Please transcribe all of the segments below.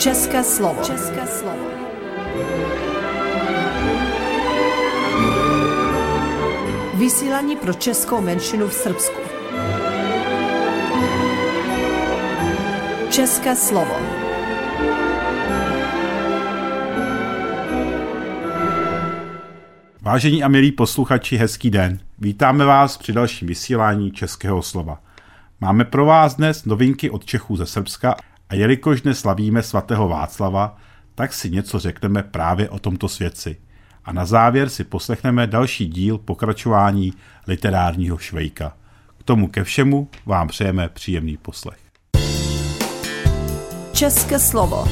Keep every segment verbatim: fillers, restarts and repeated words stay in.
České slovo. České slovo. Vysílání pro českou menšinu v Srbsku. České slovo. Vážení a milí posluchači, hezký den. Vítáme vás při dalším vysílání Českého slova. Máme pro vás dnes novinky od Čechů ze Srbska a jelikož dnes slavíme svatého Václava, tak si něco řekneme právě o tomto světci. A na závěr si poslechneme další díl pokračování literárního švejka. K tomu ke všemu vám přejeme příjemný poslech. České slovo.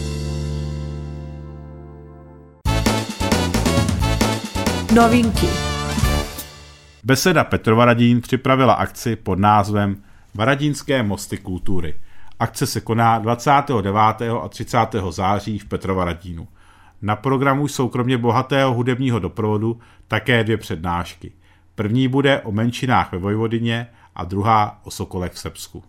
Novinky. Beseda Petrovaradín připravila akci pod názvem Varadínské mosty kultury. Akce se koná dvacátého devátého a třicátého září v Petrovaradínu. Na programu jsou kromě bohatého hudebního doprovodu také dvě přednášky. První bude o menšinách ve Vojvodině a druhá o sokolech v Srbsku.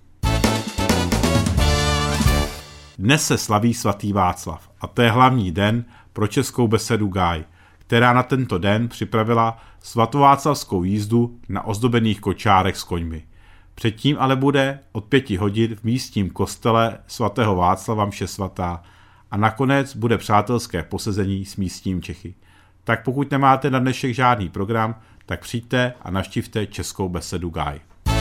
Dnes se slaví svatý Václav a to je hlavní den pro českou besedu Gáj, která na tento den připravila svatováclavskou jízdu na ozdobených kočárech s koňmi. Předtím ale bude od pěti hodin v místním kostele svatého Václava mše svatá a nakonec bude přátelské posezení s místním Čechy. Tak pokud nemáte na dnešek žádný program, tak přijďte a navštivte českou besedu Gáj.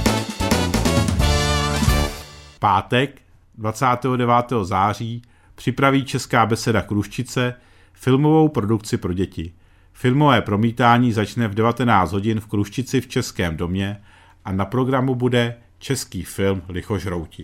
Pátek dvacátého devátého září připraví česká beseda Kruščice filmovou produkci pro děti. Filmové promítání začne v devatenáct hodin v Kruščici v Českém domě a na programu bude český film Lichožrouti.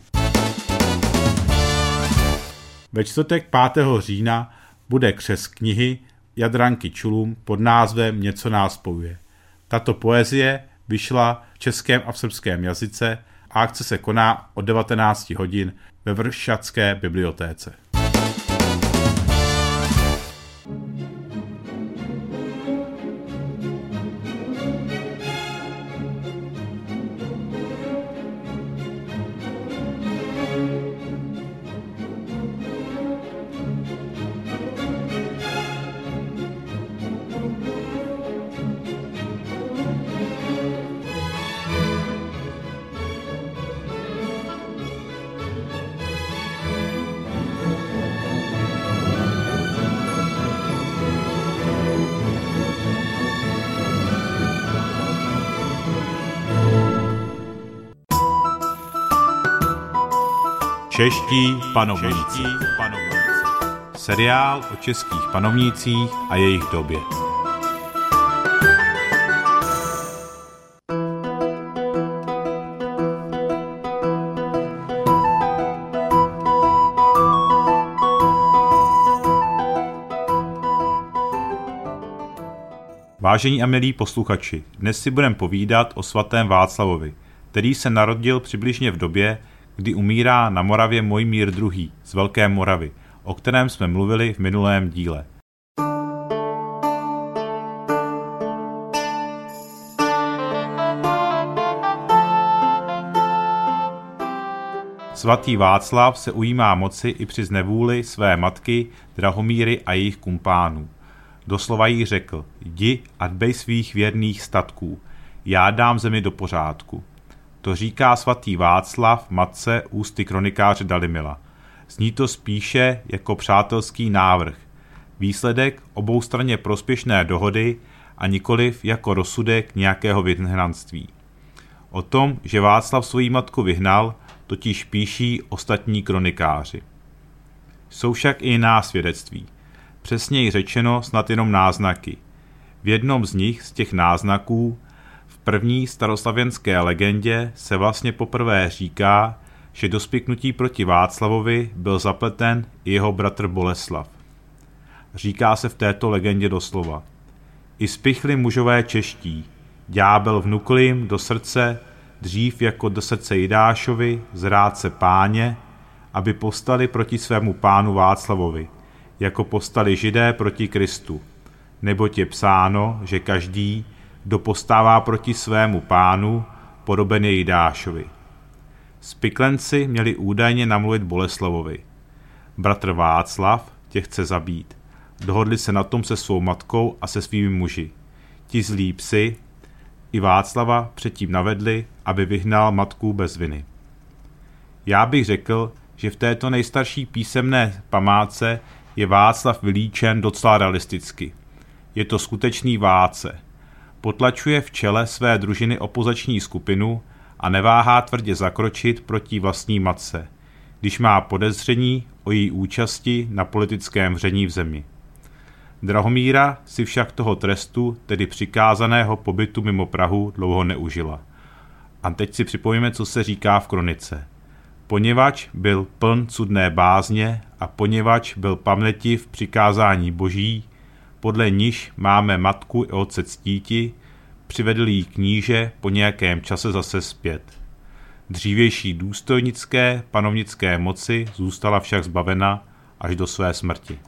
Ve čtvrtek pátého října bude křest knihy Jadranky Čulum pod názvem Něco nás spojuje. Tato poezie vyšla v českém a v srbském jazyce a akce se koná od devatenáct hodin ve Vršťanské bibliotéce. Čeští panovníci. Seriál o českých panovnících a jejich době. Vážení a milí posluchači, dnes si budeme povídat o svatém Václavovi, který se narodil přibližně v době, kdy umírá na Moravě Mojmír druhý. z Velké Moravy, o kterém jsme mluvili v minulém díle. Svatý Václav se ujímá moci i při znevůli své matky Drahomíry a jejich kumpánů. Doslova jí řekl: jdi a dbej svých věrných statků, já dám zemi do pořádku. To říká svatý Václav matce ústy kronikáře Dalimila. Zní to spíše jako přátelský návrh, výsledek oboustranně prospěšné dohody a nikoliv jako rozsudek nějakého vyhnanství. O tom, že Václav svoji matku vyhnal, totiž píší ostatní kronikáři. Jsou však i jiná svědectví. Přesněji řečeno snad jenom náznaky. V jednom z nich, z těch náznaků, v první staroslavěnské legendě se vlastně poprvé říká, že do spiknutí proti Václavovi byl zapleten i jeho bratr Boleslav. Říká se v této legendě doslova: I spichli mužové čeští, ďábel vnukl jim do srdce, dřív jako do srdce Jidášovi, zrádce páně, aby povstali proti svému pánu Václavovi, jako povstali Židé proti Kristu. Neboť je psáno, že každý, kdo povstává proti svému pánu, podoben je Jidášovi. Spiklenci měli údajně namluvit Boleslavovi. Bratr Václav tě chce zabít. Dohodli se na tom se svou matkou a se svými muži. Ti zlí psi i Václava předtím navedli, aby vyhnal matku bez viny. Já bych řekl, že v této nejstarší písemné památce je Václav vylíčen docela realisticky. Je to skutečný vládce. Potlačuje v čele své družiny opoziční skupinu a neváhá tvrdě zakročit proti vlastní matce, když má podezření o její účasti na politickém vření v zemi. Drahomíra si však toho trestu, tedy přikázaného pobytu mimo Prahu, dlouho neužila. A teď si připomíme, co se říká v kronice. Poněvadž byl pln cudné bázně a poněvadž byl pamětiv přikázání boží, podle níž máme matku i otce ctíti, přivedl jí kníže po nějakém čase zase zpět. Dřívější důstojnické panovnické moci zůstala však zbavena až do své smrti.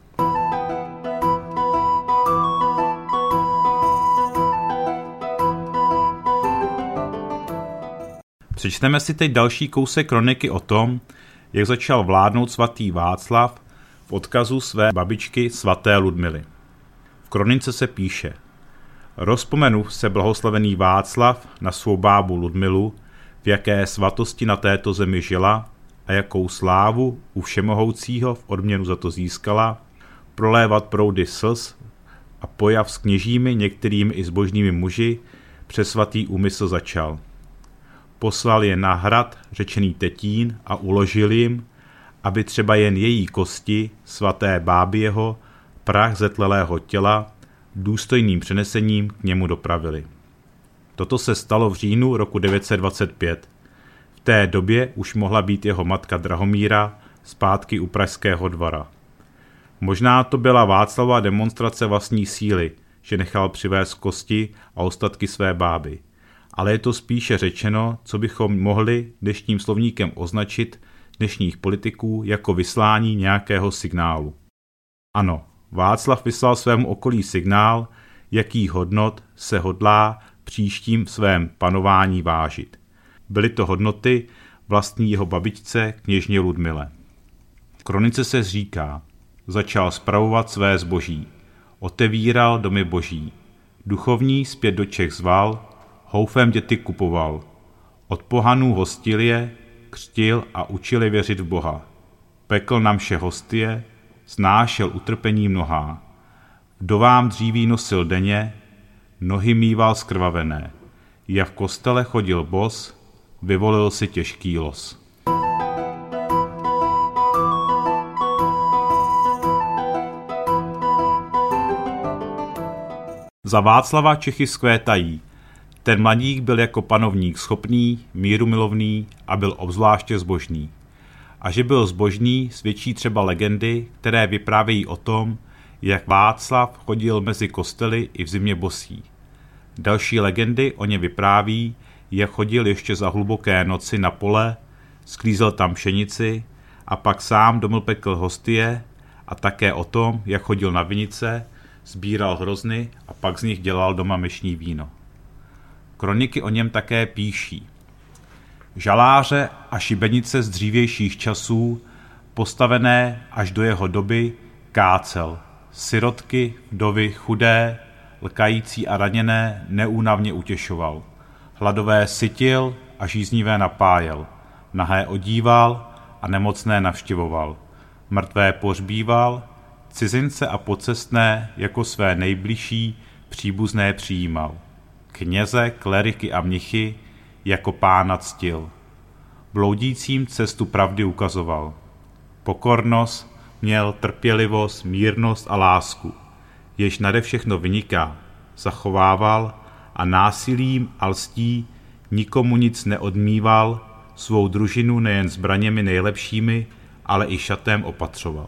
Přečteme si teď další kousek kroniky o tom, jak začal vládnout svatý Václav v odkazu své babičky svaté Ludmily. V kronice se píše: Rozpomenu se blahoslavený Václav na svou bábu Ludmilu, v jaké svatosti na této zemi žila a jakou slávu u všemohoucího v odměnu za to získala, prolévat proudy slz a pojav s kněžími některými i zbožnými muži přes svatý úmysl začal. Poslal je na hrad řečený Tetín a uložil jim, aby třeba jen její kosti, svaté báby jeho, prach zetlelého těla, důstojným přenesením k němu dopravili. Toto se stalo v říjnu roku devět set dvacet pět. V té době už mohla být jeho matka Drahomíra zpátky u pražského dvora. Možná to byla Václavova demonstrace vlastní síly, že nechal přivést kosti a ostatky své báby. Ale je to spíše řečeno, co bychom mohli dnešním slovníkem označit dnešních politiků jako vyslání nějakého signálu. Ano, Václav vyslal svému okolí signál, jaký hodnot se hodlá příštím svém panování vážit. Byly to hodnoty vlastní jeho babičce kněžně Ludmile. V kronice se říká: začal spravovat své zboží, otevíral domy boží, duchovní zpět do Čech zval, houfem děti kupoval, od pohanů hostil je, křtil a učil je věřit v Boha. Pekl na mše hostie, snášel utrpení mnohá. Vdovám dříví nosil denně, nohy mýval skrvavené. Jak v kostele chodil bos, vyvolil si těžký los. Za Václava Čechy vzkvétají. Ten mladík byl jako panovník schopný, mírumilovný a byl obzvláště zbožný. A že byl zbožný, svědčí třeba legendy, které vyprávějí o tom, jak Václav chodil mezi kostely i v zimě bosý. Další legendy o ně vypráví, jak chodil ještě za hluboké noci na pole, sklízel tam pšenici a pak sám domů pekl hostie, a také o tom, jak chodil na vinice, sbíral hrozny a pak z nich dělal doma mešní víno. Kroniky o něm také píší. Žaláře a šibenice z dřívějších časů, postavené až do jeho doby, kácel. Sirotky, vdovy, chudé, lkající a raněné neúnavně utěšoval. Hladové sytil a žíznivé napájel. Nahé odíval a nemocné navštěvoval. Mrtvé pohřbíval, cizince a pocestné jako své nejbližší příbuzné přijímal. Kněze, kleriky a mnichy jako pána ctil. Bloudícím cestu pravdy ukazoval. Pokornost měl, trpělivost, mírnost a lásku, jež nade všechno vyniká, zachovával a násilím a lstí nikomu nic neodmíval, svou družinu nejen zbraněmi nejlepšími, ale i šatem opatřoval.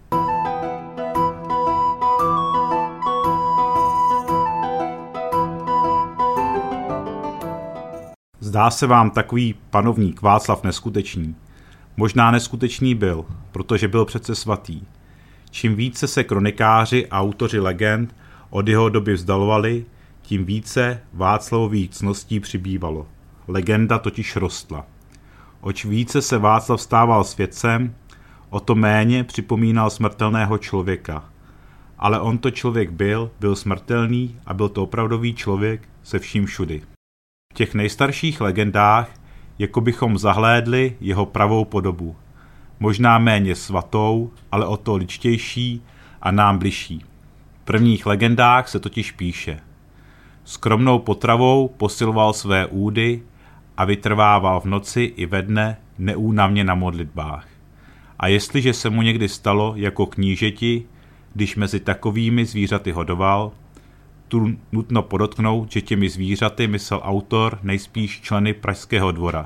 Zdá se vám takový panovník Václav neskutečný? Možná neskutečný byl, protože byl přece svatý. Čím více se kronikáři a autoři legend od jeho doby vzdalovali, tím více Václavových cností přibývalo. Legenda totiž rostla. Oč více se Václav stával světcem, o to méně připomínal smrtelného člověka. Ale on to člověk byl, byl smrtelný a byl to opravdový člověk se vším všudy. V těch nejstarších legendách jako bychom zahlédli jeho pravou podobu. Možná méně svatou, ale o to ličtější a nám bližší. V prvních legendách se totiž píše: skromnou potravou posiloval své údy a vytrvával v noci i ve dne neúnavně na modlitbách. A jestliže se mu někdy stalo jako knížeti, když mezi takovými zvířaty hodoval, tu nutno podotknout, že těmi zvířaty myslel autor nejspíš členy pražského dvora.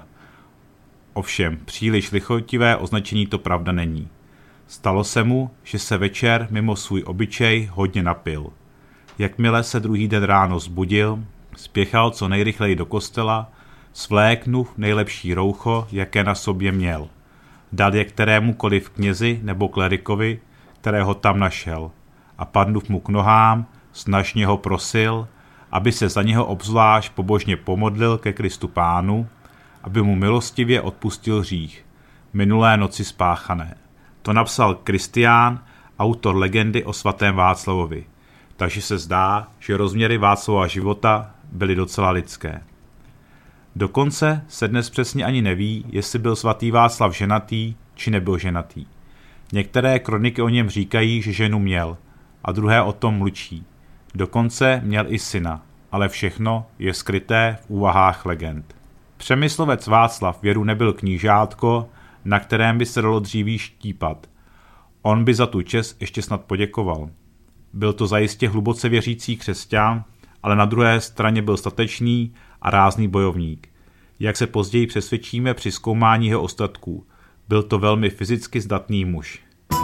Ovšem, příliš lichotivé označení to pravda není. Stalo se mu, že se večer mimo svůj obyčej hodně napil. Jakmile se druhý den ráno zbudil, spěchal co nejrychleji do kostela, svléknul nejlepší roucho, jaké na sobě měl. Dal je kterémukoliv knězi nebo klerikovi, kterého tam našel, a padnuv mu k nohám, snažně ho prosil, aby se za něho obzvlášť pobožně pomodlil ke Kristu Pánu, aby mu milostivě odpustil hřích, minulé noci spáchané. To napsal Kristián, autor legendy o svatém Václavovi, takže se zdá, že rozměry Václava života byly docela lidské. Dokonce se dnes přesně ani neví, jestli byl svatý Václav ženatý, či nebyl ženatý. Některé kroniky o něm říkají, že ženu měl, a druhé o tom mlučí. Dokonce měl i syna, ale všechno je skryté v úvahách legend. Přemyslovec Václav věru nebyl knížátko, na kterém by se dalo dříví štípat. On by za tu čest ještě snad poděkoval. Byl to zajistě hluboce věřící křesťan, ale na druhé straně byl statečný a rázný bojovník. Jak se později přesvědčíme při zkoumání jeho ostatků, byl to velmi fyzicky zdatný muž.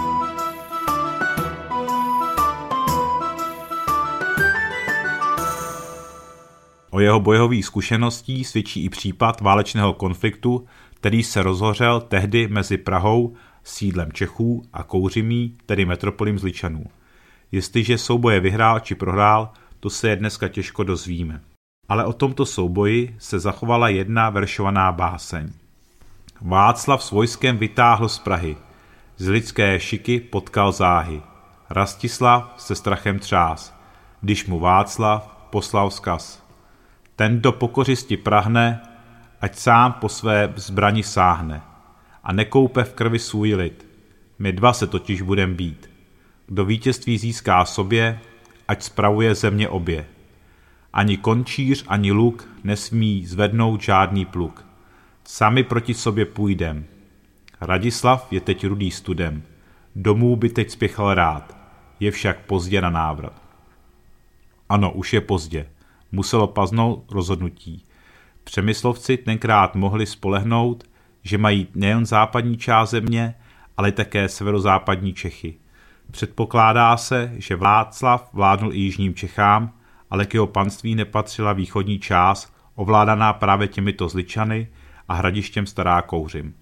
O jeho bojových zkušeností svědčí i případ válečného konfliktu, který se rozhořel tehdy mezi Prahou, sídlem Čechů, a Kouřimí, tedy metropolím Zličanů. Jestliže souboje vyhrál či prohrál, to se je dneska těžko dozvíme. Ale o tomto souboji se zachovala jedna veršovaná báseň. Václav s vojskem vytáhl z Prahy, z lidské šiky potkal záhy. Rastislav se strachem třás, když mu Václav poslal vzkaz. Ten do pokořisti prahne, ať sám po své zbrani sáhne a nekoupe v krvi svůj lid. My dva se totiž budem bít. Kdo vítězství získá sobě, ať spravuje země obě. Ani končíř, ani luk nesmí zvednout žádný pluk. Sami proti sobě půjdem. Radislav je teď rudý studem. Domů by teď spěchal rád. Je však pozdě na návrat. Ano, už je pozdě. Muselo paznout rozhodnutí. Přemyslovci tenkrát mohli spolehnout, že mají nejen západní část země, ale také severozápadní Čechy. Předpokládá se, že Václav vládnul i jižním Čechám, ale k jeho panství nepatřila východní část, ovládaná právě těmito Zličany a hradištěm Stará Kouřim.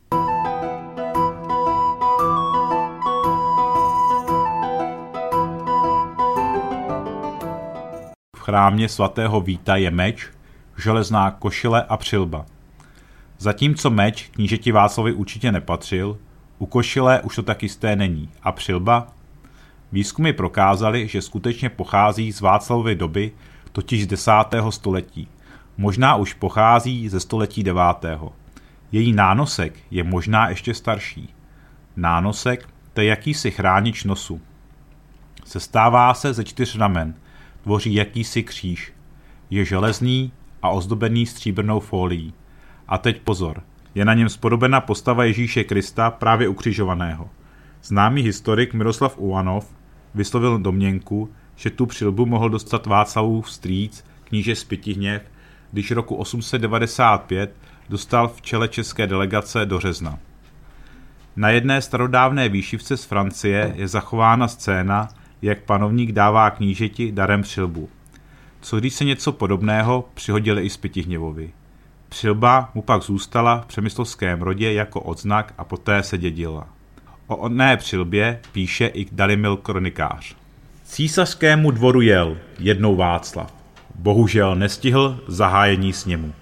V chrámě svatého Víta je meč, železná košile a přilba. Zatímco meč knížeti Václavi určitě nepatřil, u košile už to tak jisté není. A přilba? Výzkumy prokázaly, že skutečně pochází z Václavovy doby, totiž z desátého století. Možná už pochází ze století devátého. Její nánosek je možná ještě starší. Nánosek, to je jakýsi chránič nosu. Sestává se ze čtyř ramen, tvoří jakýsi kříž. Je železný a ozdobený stříbrnou fólií. A teď pozor, je na něm spodobena postava Ježíše Krista právě ukřižovaného. Známý historik Miroslav Ulanov vyslovil domněnku, že tu přilbu mohl dostat Václavův strýc, kníže Spytihněv, když roku osm set devadesát pět dostal v čele české delegace do Řezna. Na jedné starodávné výšivce z Francie je zachována scéna, jak panovník dává knížeti darem přilbu. Co když se něco podobného přihodili i Spytihněvovi. Přilba mu pak zůstala v přemyslovském rodě jako odznak a poté se dědila. O oné přilbě píše i Dalimil kronikář. Císařskému dvoru jel jednou Václav. Bohužel nestihl zahájení sněmu.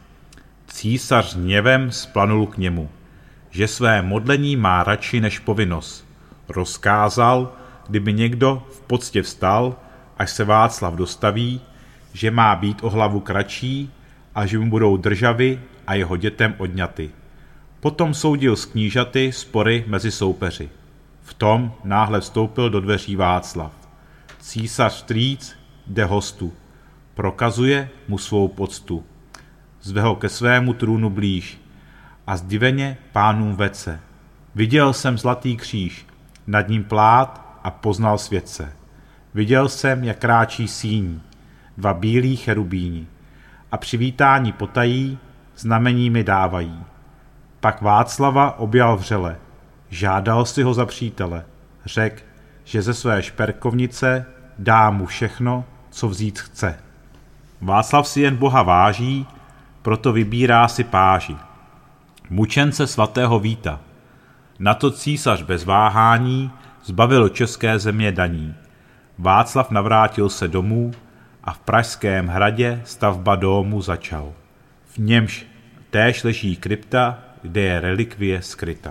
Císař hněvem splanul k němu, že své modlení má radši než povinnost. Rozkázal, kdyby někdo v poctě vstal, až se Václav dostaví, že má být o hlavu kratší a že mu budou državy a jeho dětem odňaty. Potom soudil s knížaty spory mezi soupeři. V tom náhle vstoupil do dveří Václav. Císař strýc jde hostu. Prokazuje mu svou poctu. Zve ho ke svému trůnu blíž a zdiveně pánům vece. Viděl jsem zlatý kříž, nad ním plát a poznal světce. Viděl jsem, jak kráčí síň, dva bílí cherubíni a přivítání potají, znamení mi dávají. Pak Václava objal vřele, žádal si ho za přítele, řekl, že ze své šperkovnice dá mu všechno, co vzít chce. Václav si jen Boha váží, proto vybírá si páži. Mučence svatého Víta. Na to císař bez váhání zbavil české země daní. Václav navrátil se domů a v Pražském hradě stavba domu začal. V němž též leží krypta, kde je relikvie skryta.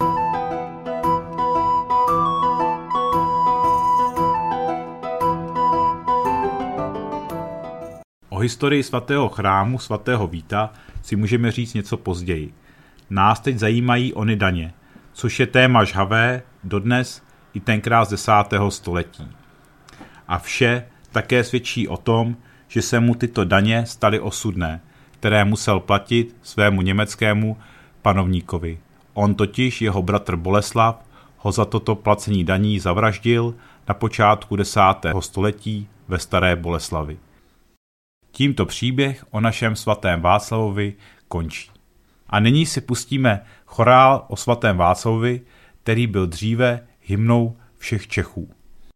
O historii svatého chrámu svatého Víta si můžeme říct něco později. Nás teď zajímají ony daně, což je téma žhavé dodnes i tenkrát z desátého století. A vše také svědčí o tom, že se mu tyto daně staly osudné, které musel platit svému německému panovníkovi. On totiž, jeho bratr Boleslav, ho za toto placení daní zavraždil na počátku desátého století ve Staré Boleslavi. Tímto příběh o našem svatém Václavovi končí. A nyní si pustíme chorál o svatém Václavovi, který byl dříve hymnou všech Čechů.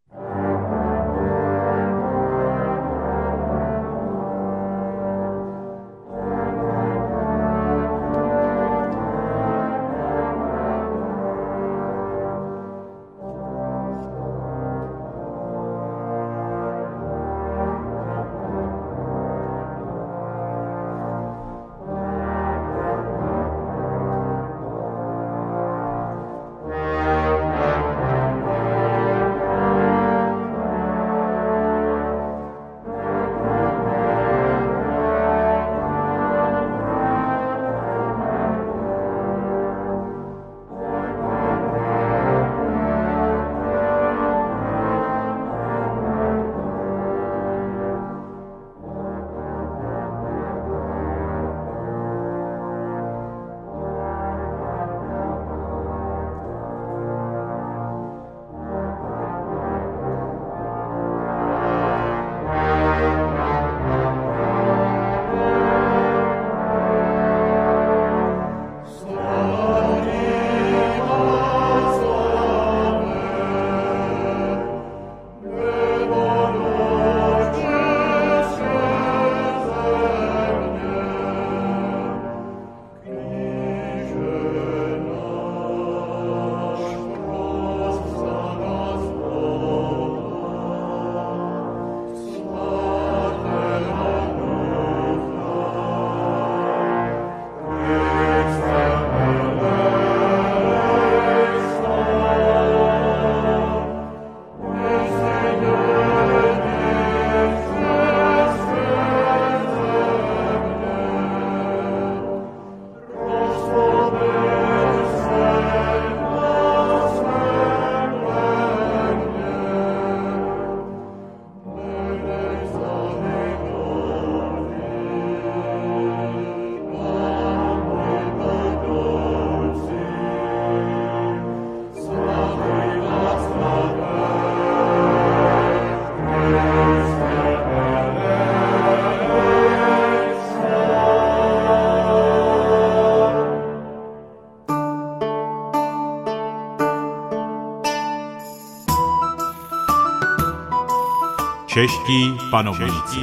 Čeští panovníci.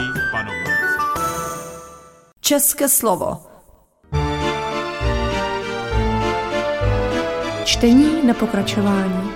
České slovo. Čtení na pokračování.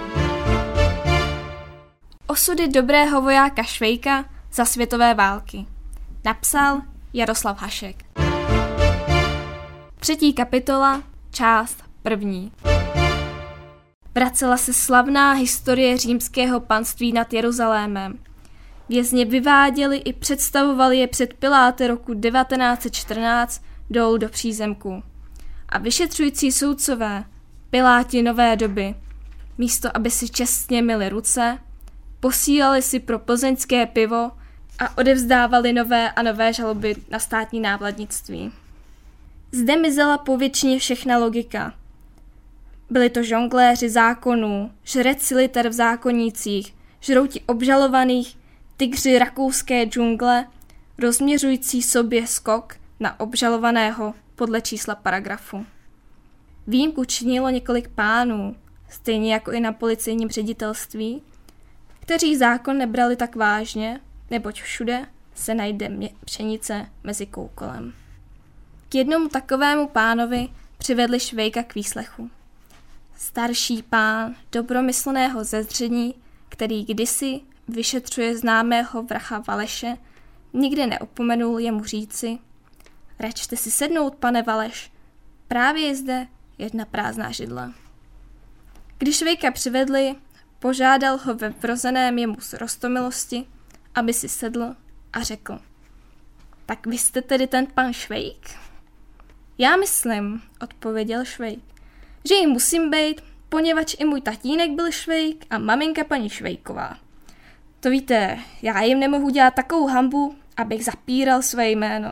Osudy dobrého vojáka Švejka za světové války. Napsal Jaroslav Hašek. Třetí kapitola, část první. vracela se slavná historie římského panství nad Jeruzalémem. Vězně vyváděli i představovali je před Piláty roku devatenáct set čtrnáct dolů do přízemku. A vyšetřující soudcové, Piláti nové doby, místo aby si čestně myli ruce, posílali si pro plzeňské pivo a odevzdávali nové a nové žaloby na státní návladnictví. Zde mizela povětšině všechna logika. Byli to žongléři zákonů, žreci liter v zákonících, žrouti obžalovaných, tygři rakouské džungle, rozměřující sobě skok na obžalovaného podle čísla paragrafu. Výjimku činilo několik pánů, stejně jako i na policejním ředitelství, kteří zákon nebrali tak vážně, neboť všude se najde mě- pšenice mezi koukolem. K jednomu takovému pánovi přivedli Švejka k výslechu. Starší pán dobromyslného zezření, který kdysi vyšetřuje známého vraha Valeše, nikdy neopomenul jemu říci: račte si sednout, pane Valeš, právě je zde jedna prázdná židle. Když Švejka přivedli, požádal ho ve vrozeném jemu roztomilosti, aby si sedl a řekl: tak vy jste tedy ten pan Švejk? Já myslím, odpověděl Švejk, že jim musím být, poněvadž i můj tatínek byl Švejk a maminka paní Švejková. To víte, já jim nemohu dělat takovou hanbu, abych zapíral své jméno.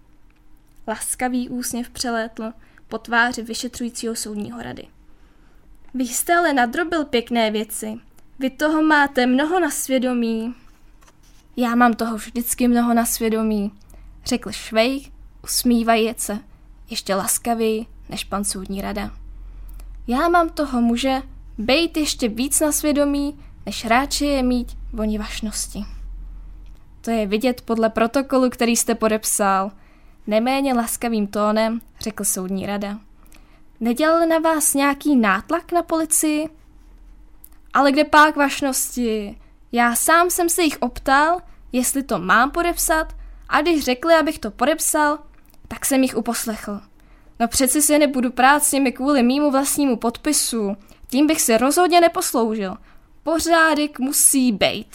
Laskavý úsměv přelétl po tváři vyšetřujícího soudního rady. Vy jste ale nadrobil pěkné věci. Vy toho máte mnoho na svědomí. Já mám toho vždycky mnoho na svědomí, řekl Švejk, usmívajíc se, ještě laskavěji než pan soudní rada. Já mám toho muže bejt ještě víc na svědomí, než radši je mít voni vašnosti. To je vidět podle protokolu, který jste podepsal. Neméně laskavým tónem řekl soudní rada. Nedělal na vás nějaký nátlak na policii? Ale kde pak vašnosti? Já sám jsem se jich optal, jestli to mám podepsat, a když řekli, abych to podepsal, tak jsem jich uposlechl. No přeci si nebudu prát s nimi kvůli mýmu vlastnímu podpisu, tím bych si rozhodně neposloužil. Pořádek musí bejt.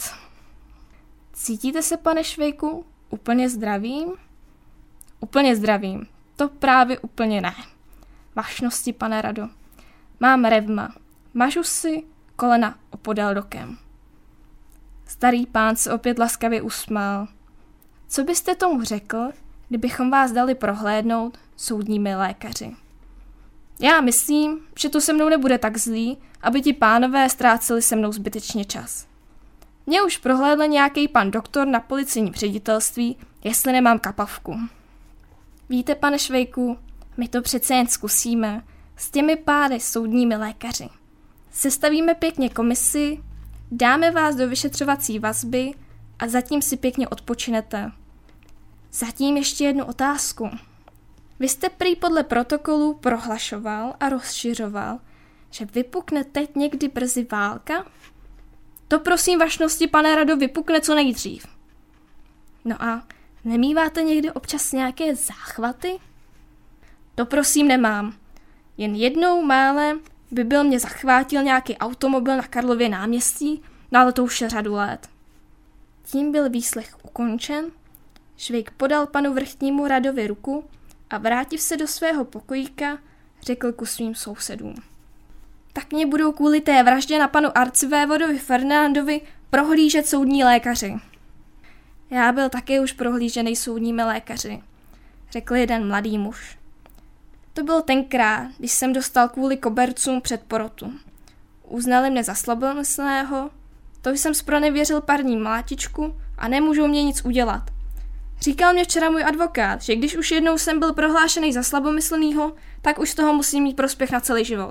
Cítíte se, pane Švejku, úplně zdravým? Úplně zdravým, to právě úplně ne. Vašnosti, pane rado. Mám revma, mažu si kolena opodél dokem. Starý pán se opět laskavě usmál. Co byste tomu řekl, kdybychom vás dali prohlédnout soudními lékaři? Já myslím, že to se mnou nebude tak zlý, aby ti pánové ztráceli se mnou zbytečně čas. Mě už prohlédl nějaký pan doktor na policejním ředitelství, jestli nemám kapavku. Víte, pane Švejku, my to přece jen zkusíme s těmi páry soudními lékaři. Sestavíme pěkně komisi, dáme vás do vyšetřovací vazby a zatím si pěkně odpočinete. Zatím ještě jednu otázku. Vy jste prý podle protokolu prohlašoval a rozšiřoval, že vypukne teď někdy brzy válka? To prosím vašnosti, pane rado, vypukne co nejdřív. No a nemíváte někdy občas nějaké záchvaty? To prosím nemám. Jen jednou málem by byl mě zachvátil nějaký automobil na Karlově náměstí, no ale to už je řadu let. Tím byl výslech ukončen, Švejk podal panu vrchnímu radovi ruku a vrátiv se do svého pokojíka, řekl ku svým sousedům. Tak mě budou kvůli té vraždě na panu arcivévodovi Fernandovi prohlížet soudní lékaři. Já byl také už prohlížený soudními lékaři, řekl jeden mladý muž. To bylo tenkrát, když jsem dostal kvůli kobercům před porotu. Uznali mne za slabomyslného, to jsem zpronevěřil parní mlátičku a nemůžou mě nic udělat. Říkal mě včera můj advokát, že když už jednou jsem byl prohlášený za slabomyslnýho, tak už z toho musím mít prospěch na celý život.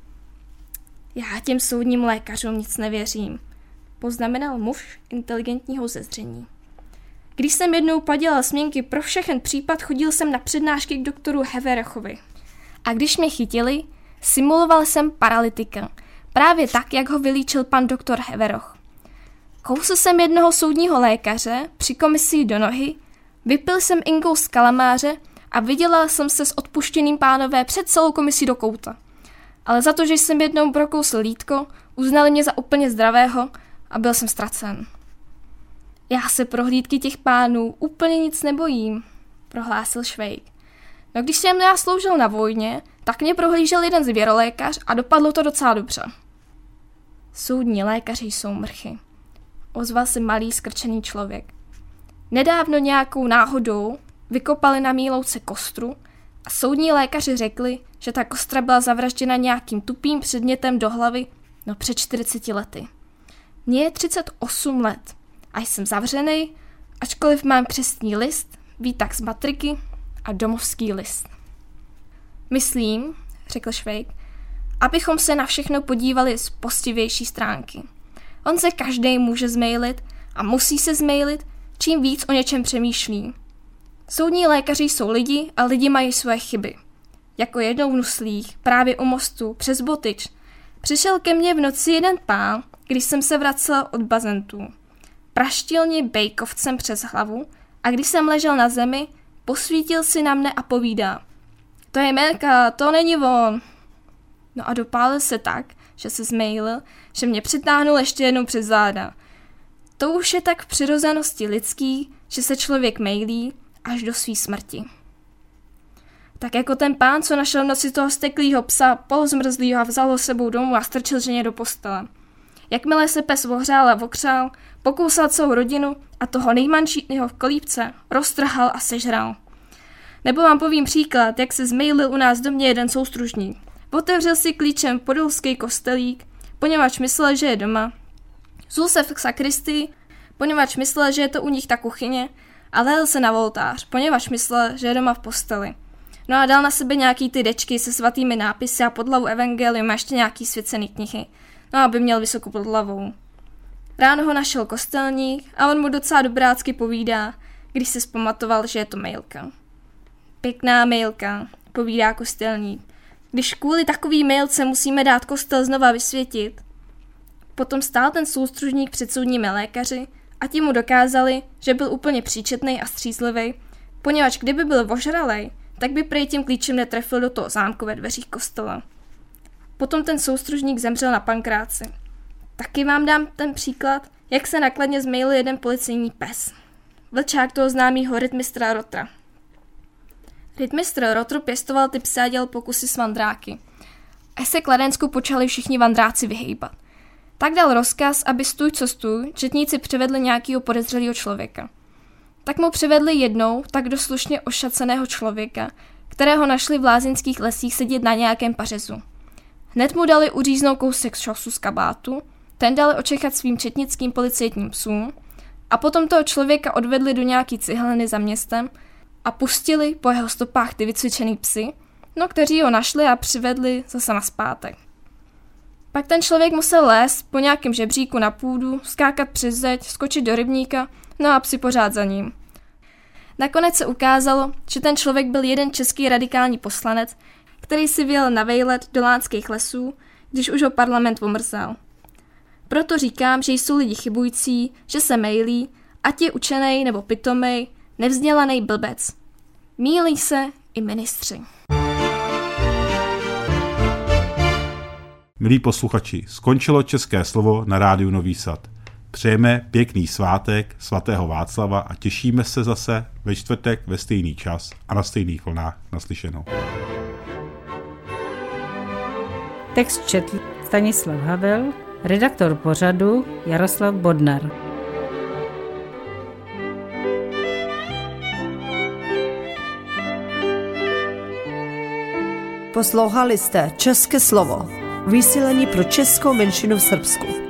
Já těm soudním lékařům nic nevěřím, poznamenal muž inteligentního zezření. Když jsem jednou padělal směnky pro všechen případ, chodil jsem na přednášky k doktoru Heverechovi. A když mě chytili, simuloval jsem paralytika, právě tak, jak ho vylíčil pan doktor Heveroch. Kousl jsem jednoho soudního lékaře při komisi do nohy, vypil jsem inkou z kalamáře a vydělal jsem se s odpuštěným pánové před celou komisí do kouta. ale za to, že jsem jednou prokousl lítko, uznali mě za úplně zdravého a byl jsem ztracen. Já se prohlídky těch pánů úplně nic nebojím, prohlásil Švejk. No když jsem já sloužil na vojně, tak mě prohlížel jeden zvěrolékař a dopadlo to docela dobře. Soudní lékaři jsou mrchy, ozval se malý skrčený člověk. Nedávno nějakou náhodou vykopali na Mílovce kostru a soudní lékaři řekli, že ta kostra byla zavražděna nějakým tupým předmětem do hlavy no před čtyřiceti lety. Mně je třicet osm let a jsem zavřenej, ačkoliv mám křestní list, výtah z matriky a domovský list. Myslím, řekl Švejk, abychom se na všechno podívali z postivější stránky. On se každej může zmejlit a musí se zmejlit, čím víc o něčem přemýšlí. Soudní lékaři jsou lidi a lidi mají své chyby. Jako jednou v Nuslích, právě u mostu, přes Botyč, přišel ke mně v noci jeden pán, když jsem se vracel od bazentů. Praštil mě bejkovcem přes hlavu a když jsem ležel na zemi, posvítil si na mne a povídá: To je Melka, to není on. No a dopálil se tak, že se zmejlil, že mě přitáhnul ještě jednou přes záda. To už je tak v přirozenosti lidský, že se člověk mejlí až do svý smrti. Tak jako ten pán, co našel v noci toho steklýho psa, polozmrzlýho a vzal ho sebou domů a strčil ženě do postele. Jakmile se pes ohřál a okřál, pokousal celou rodinu a toho nejmanšího v kolípce roztrhal a sežral. Nebo vám povím příklad, jak se zmejlil u nás v domě jeden soustružník. Otevřel si klíčem podolský kostelík, poněvadž myslel, že je doma. Zul se v sakristii, poněvadž myslel, že je to u nich ta kuchyně, a lehel se na oltář, poněvadž myslel, že je doma v posteli. No a dal na sebe nějaký ty dečky se svatými nápisy a pod hlavu evangelium a ještě nějaký svěcený knihy, no aby měl vysoko pod hlavou. Ráno ho našel kostelník a on mu docela dobrácky povídá, když se vzpamatoval, že je to Mejlka. Pěkná Mejlka, povídá kostelník, když kvůli takový Mejlce musíme dát kostel znova vysvětit. Potom stál ten soustružník před soudními lékaři a ti mu dokázali, že byl úplně příčetnej a střízlivý, poněvadž kdyby byl ožralej, tak by prej tím klíčem netrefil do toho zámku ve dveřích kostela. Potom ten soustružník zemřel na pankráci. Taky vám dám ten příklad, jak se nakladně zmejlil jeden policejní pes. Vlčák toho známýho rytmistra Rotra. Rytmistr Rotr pěstoval ty psy a dělal pokusy s vandráky. Až se Kladensku počali všichni vandráci vyhejbat. Tak dal rozkaz, aby stůj co stůj, četníci přivedli nějakého podezřelého člověka. Tak mu přivedli jednou tak do slušně ošaceného člověka, kterého našli v lázeňských lesích sedět na nějakém pařezu. Hned mu dali uříznout kousek šosu z kabátu, ten dali očechat svým četnickým policejním psům a potom toho člověka odvedli do nějaký cihelny za městem a pustili po jeho stopách ty vycvičený psy, no kteří ho našli a přivedli zase nazpátek. Pak ten člověk musel lézt po nějakém žebříku na půdu, skákat přes zeď, skočit do rybníka, no a psi pořád za ním. Nakonec se ukázalo, že ten člověk byl jeden český radikální poslanec, který si vyjel na vejlet do Lánských lesů, když už ho parlament omrzal. Proto říkám, že jsou lidi chybující, že se mejlí, ať je učenej nebo pitomej, nevzdělaný blbec. Mýlí se i ministři. Milí posluchači, skončilo České slovo na rádiu Nový Sad. Přejeme pěkný svátek svatého Václava a těšíme se zase ve čtvrtek ve stejný čas a na stejných vlnách. Naslyšenou. Text četl Stanislav Havel, redaktor pořadu Jaroslav Bodnar. Poslouchali jste České slovo, vysílení pro českou menšinu v Srbsku.